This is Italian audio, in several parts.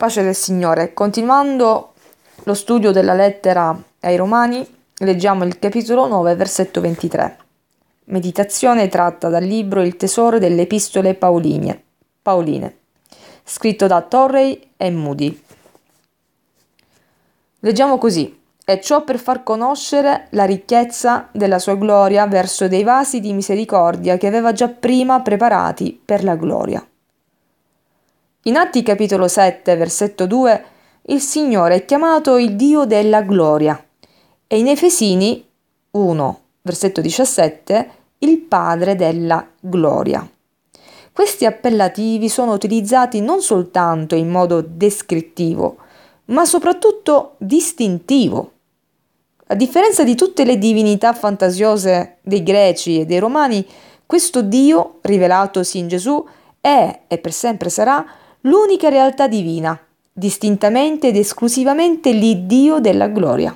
Pace del Signore. Continuando lo studio della lettera ai Romani, leggiamo il capitolo 9, versetto 23. Meditazione tratta dal libro Il tesoro delle epistole Paoline, scritto da Torrey e Moody. Leggiamo così: e ciò per far conoscere la ricchezza della sua gloria verso dei vasi di misericordia che aveva già prima preparati per la gloria. In Atti capitolo 7, versetto 2, il Signore è chiamato il Dio della gloria e in Efesini 1, versetto 17, il Padre della gloria. Questi appellativi sono utilizzati non soltanto in modo descrittivo, ma soprattutto distintivo. A differenza di tutte le divinità fantasiose dei greci e dei romani, questo Dio, rivelatosi in Gesù, è e per sempre sarà l'unica realtà divina, distintamente ed esclusivamente l'Iddio della gloria.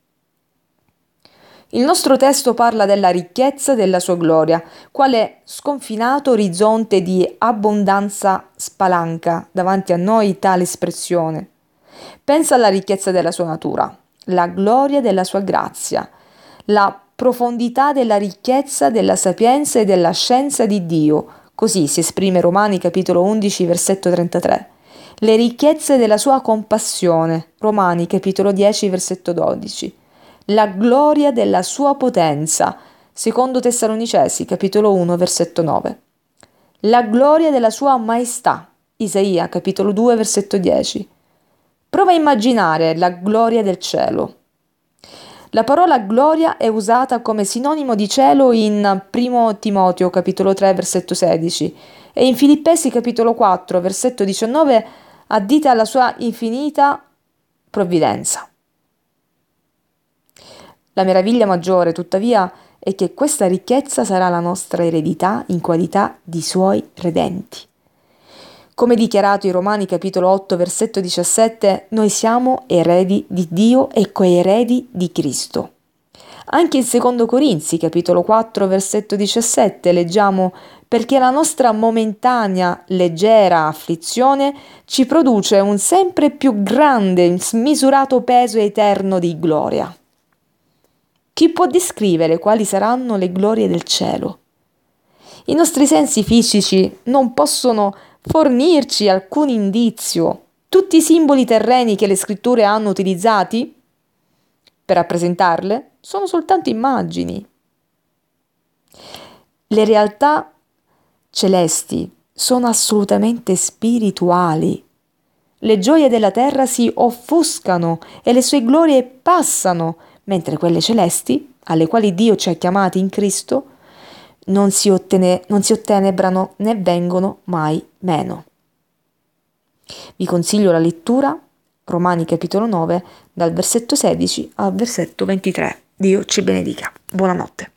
Il nostro testo parla della ricchezza della sua gloria, quale sconfinato orizzonte di abbondanza spalanca davanti a noi tale espressione. Pensa alla ricchezza della sua natura, la gloria della sua grazia, la profondità della ricchezza della sapienza e della scienza di Dio. Così si esprime Romani capitolo 11 versetto 33. Le ricchezze della sua compassione. Romani capitolo 10 versetto 12. La gloria della sua potenza. Secondo Tessalonicesi capitolo 1 versetto 9. La gloria della sua maestà. Isaia capitolo 2 versetto 10. Prova a immaginare la gloria del cielo. La parola gloria è usata come sinonimo di cielo in 1 Timoteo capitolo 3 versetto 16 e in Filippesi capitolo 4 versetto 19 addita alla sua infinita provvidenza. La meraviglia maggiore, tuttavia, è che questa ricchezza sarà la nostra eredità in qualità di suoi redenti. Come dichiarato in Romani capitolo 8 versetto 17, noi siamo eredi di Dio e coeredi di Cristo. Anche in 2 Corinzi capitolo 4 versetto 17 leggiamo: perché la nostra momentanea leggera afflizione ci produce un sempre più grande, smisurato peso eterno di gloria. Chi può descrivere quali saranno le glorie del cielo? I nostri sensi fisici non possono fornirci alcun indizio. Tutti i simboli terreni che le scritture hanno utilizzati per rappresentarle sono soltanto immagini. Le realtà celesti sono assolutamente spirituali. Le gioie della terra si offuscano e le sue glorie passano, mentre quelle celesti, alle quali Dio ci ha chiamati in Cristo, non si ottenebrano né vengono mai meno. Vi consiglio la lettura, Romani capitolo 9, dal versetto 16 al versetto 23. Dio ci benedica. Buonanotte.